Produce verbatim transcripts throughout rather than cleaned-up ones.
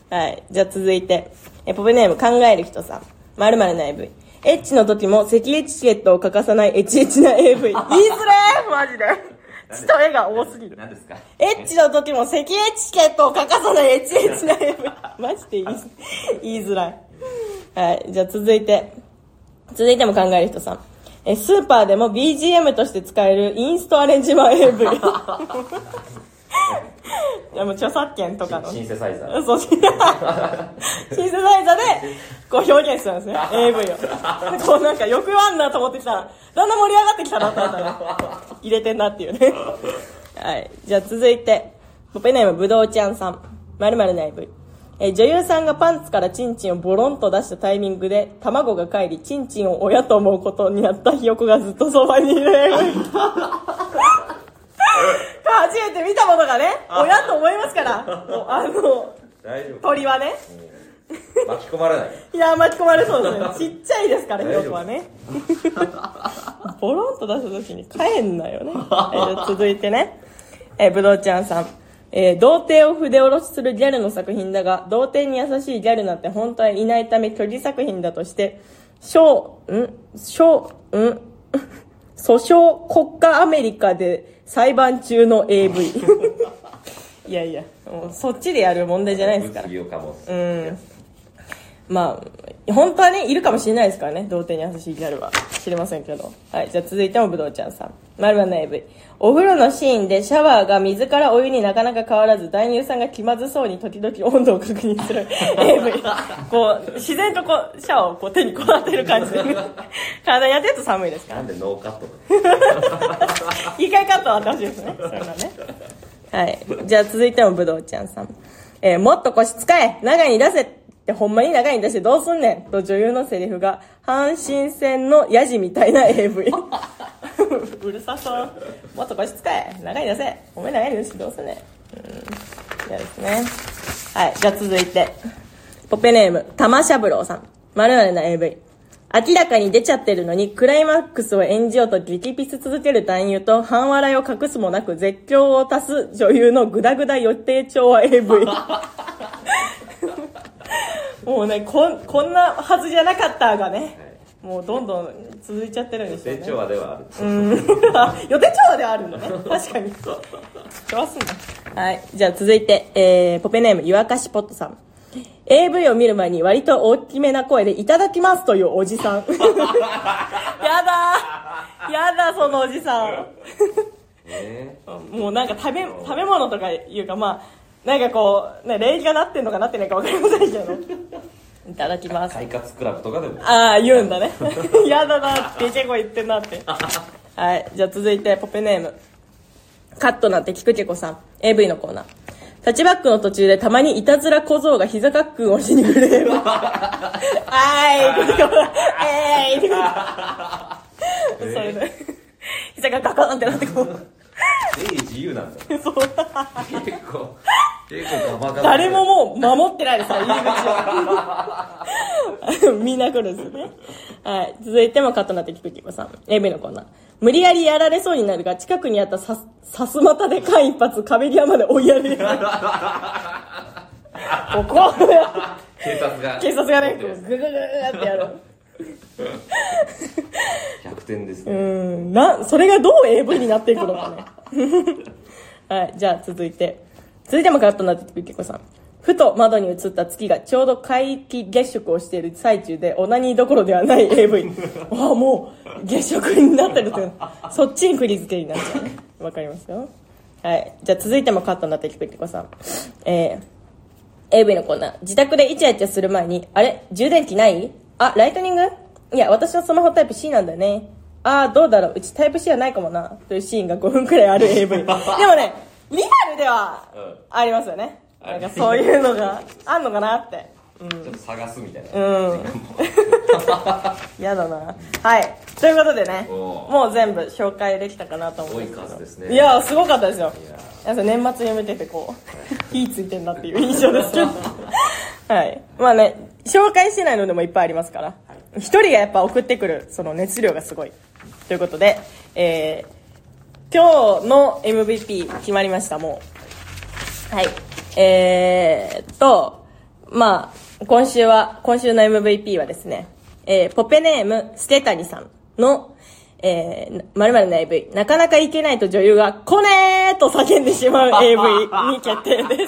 はい。じゃあ続いて、えポペネーム考える人さん。〇〇な エーブイ。エッチの時も赤エチケットを欠かさないエチエチな エーブイ。言いづれーマジで。血と絵が多すぎる。 何ですか？ エッチの時も赤エチケットを欠かさないエチエチな エーブイ。マジで言い言いづらい。はい。じゃあ続いて。続いても考える人さん。え、スーパーでも ビージーエム として使えるインストアレンジマン エーブイ。いやもう著作権とかのシンセサイザー。 そう、シンセサイザーでこう表現するんですね。エーブイ を。こうなんか欲あんなと思ってきたら、だんだん盛り上がってきたなと思ったら、入れてんなっていうね。はい。じゃあ続いて、ポペネームぶどうちゃんさん。〇〇な エーブイ。え女優さんがパンツからチンチンをボロンと出したタイミングで卵が帰りチンチンを親と思うことになったひよこがずっとそばにいる。初めて見たものがね、親と思いますから、あの鳥はね、 巻き込まれない。 いや巻き込まれそうですね。ちっちゃいですからひよこはね。ボロンと出した時に帰んなよね。はい、続いてね、えぶどうちゃんさん。えー、童貞を筆下ろしするギャルの作品だが、童貞に優しいギャルなんて本当はいないため虚偽作品だとして、小、ん小、ん訴訟国家アメリカで裁判中の エーブイ。いやいや、もうそっちでやる問題じゃないですから。うん。まあ、本当はね、いるかもしれないですからね、童貞に優しいギャルは。知りませんけど。はい、じゃあ続いてもぶどうちゃんさん。丸はの エーブイ。お風呂のシーンでシャワーが水からお湯になかなか変わらず、男優さんが気まずそうに時々温度を確認する エーブイ。こう、自然とこう、シャワーをこう手にこう当てる感じで。体に当てると寒いですから。 なんでノーカット一回カットはあってほしいですね。そういうのね。はい。じゃあ続いてもぶどうちゃんさん。えー、もっと腰使え長に出せってほんまに長いに出してどうすんねんと女優のセリフが阪神戦のヤジみたいな エーブイ。うるさそう。もっと腰使え長いに出せほんまに長いに出してどうすんねん。うん。嫌ですね。はい。じゃあ続いて。ポペネーム、玉しゃぶろうさん。〇〇な エーブイ。明らかに出ちゃってるのにクライマックスを演じようと激ピス続ける男優と半笑いを隠すもなく絶叫を足す女優のグダグダ予定調和 エーブイ。もうねこん、こんなはずじゃなかったがね、もうどんどん続いちゃってるんでしょうね。 予定調和ではある。 うん。予定調和ではあるのね。確かに。調和すんだ。はい。じゃあ続いて、えー、ポペネーム、湯沸かしポットさん。エーブイ を見る前に割と大きめな声でいただきますというおじさん。やだやだそのおじさん。えー、もうなんか食べ、食べ物とかいうかまあ、なんかこう、ね、礼儀がなってんのかなってないか分かりませんけど。いただきます。 快活クラブとかでも。 ああ、言うんだね。やだなって、結構言ってんなって。はい。じゃあ続いて、ポペネーム。カットなんて聞くけこさん。エーブイ のコーナー。タッチバックの途中でたまにいたずら小僧が膝カックンをしに来る。あーい、えーい。それで、膝がガコンってなってこう。 えー、自由なんだ。 そう。結構、結構ガバガバ。 誰ももう守ってないですから、入り口を。みんな来るんですよね。はい。続いてもカットなって聞くけこさん。エーブイ のコーナー。無理やりやられそうになるが、近くにあったさ、さすまたで間一髪、壁際まで追いやる。ここ警察が。 警察がね、ググググってやる。 ひゃくてんですね。 うん。な、それがどう エーブイ になっていくのかね。はい。じゃあ続いて。続いてもカットになって聞くけこさん。ふと窓に映った月がちょうど皆既月食をしている最中でオナニーどころではない エーブイ。ああ、もう月食になってるという。そっちに振り付けになっちゃうね。わかりますよ。はい。じゃあ続いてもカットになって聞くけこさん。えー、エーブイ のコーナー。自宅でイチャイチャする前に、あれ充電器ないあ、ライトニングいや、私のスマホタイプ C なんだよね。ああ、どうだろううちタイプ C はないかもな。というシーンがごふんくらいある エーブイ。でもね、リアルではありますよね。なんかそういうのがあんのかなって、 うん、ちょっと探すみたいな。 うん。やだな。はい。ということでね、もう全部紹介できたかなと思うんですけど。 多い数ですね。 いやすごかったですよ。いや年末に見ててこう火ついてんなっていう印象ですけど。はい。まあね、紹介してないのでもいっぱいありますから。一人がやっぱ送ってくるその熱量がすごい。ということで、えー、今日の エムブイピー 決まりましたもう。はい。えーっと、 まあ、今週は、今週の エムブイピー はですね、えー、ポペネーム、ステタニさんの、えー、〇〇の エーブイ、なかなかいけないと女優が、こねーと叫んでしまう エーブイ に決定です。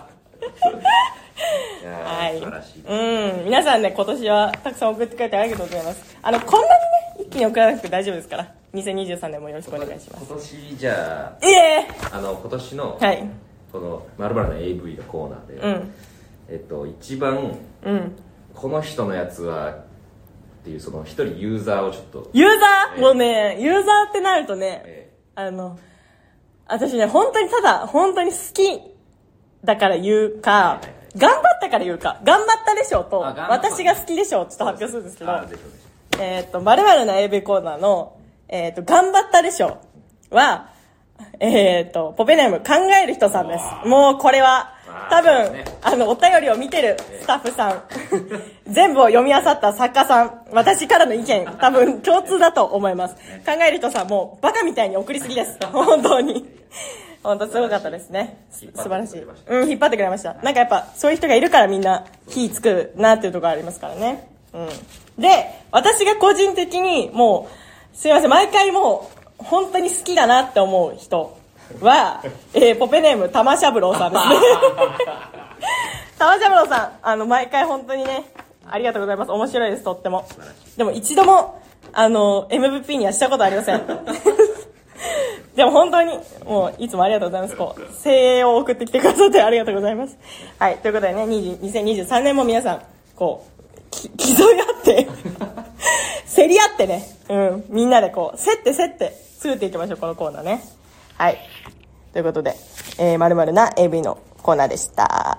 はい。 素晴らしい。 うん。皆さんね、今年はたくさん送ってくれてありがとうございます。あの、こんなにね、一気に送らなくて大丈夫ですから。にせんにじゅうさんねんもよろしくお願いします。 今年じゃいえあ、あの、今年の、 ー、はい。 この、〇〇の エーブイ のコーナーで、 うん。 えっと、一番、 うん。 この人のやつは、っていう、その一人ユーザーをちょっと。 ユーザー、 えーもうね、ユーザーってなるとね、 えあの、私ね、本当にただ、本当に好きだから言うか、 はいはいはい、 頑張ったから言うか、頑張ったでしょうと、 あ頑張った私が好きでしょうちょっと発表するんですけど、 あぜひぜひえっと、〇〇の エーブイ コーナーの、えっと、頑張ったでしょうは、えっと、ポペネーム考える人さんです。もうこれは、多分、 そうですねあの、お便りを見てるスタッフさん、全部を読み漁った作家さん、私からの意見、多分共通だと思います。考える人さんもうバカみたいに送りすぎです。本当に。本当すごかったですね。素晴らしい。うん、引っ張ってくれました。なんかやっぱ、そういう人がいるからみんな火つくなっていうところありますからね。うん。で、私が個人的にもう、すいません、毎回もう、本当に好きだなって思う人は、えー、ポペネーム、玉しゃぶろうさんですね。玉しゃぶろうさん、あの、毎回本当にね、ありがとうございます。面白いです、とっても。でも一度も、あの、エムブイピー にはしたことありません。でも本当に、もう、いつもありがとうございます。こう、声援を送ってきてくださってありがとうございます。はい、ということでね、にせんにじゅうさんねんも皆さん、こう、き、競い合って、競り合ってね、うん、みんなでこう、競って競って、作っていきましょう、このコーナーね。はい。ということで、えー、〇〇な エーブイ のコーナーでした。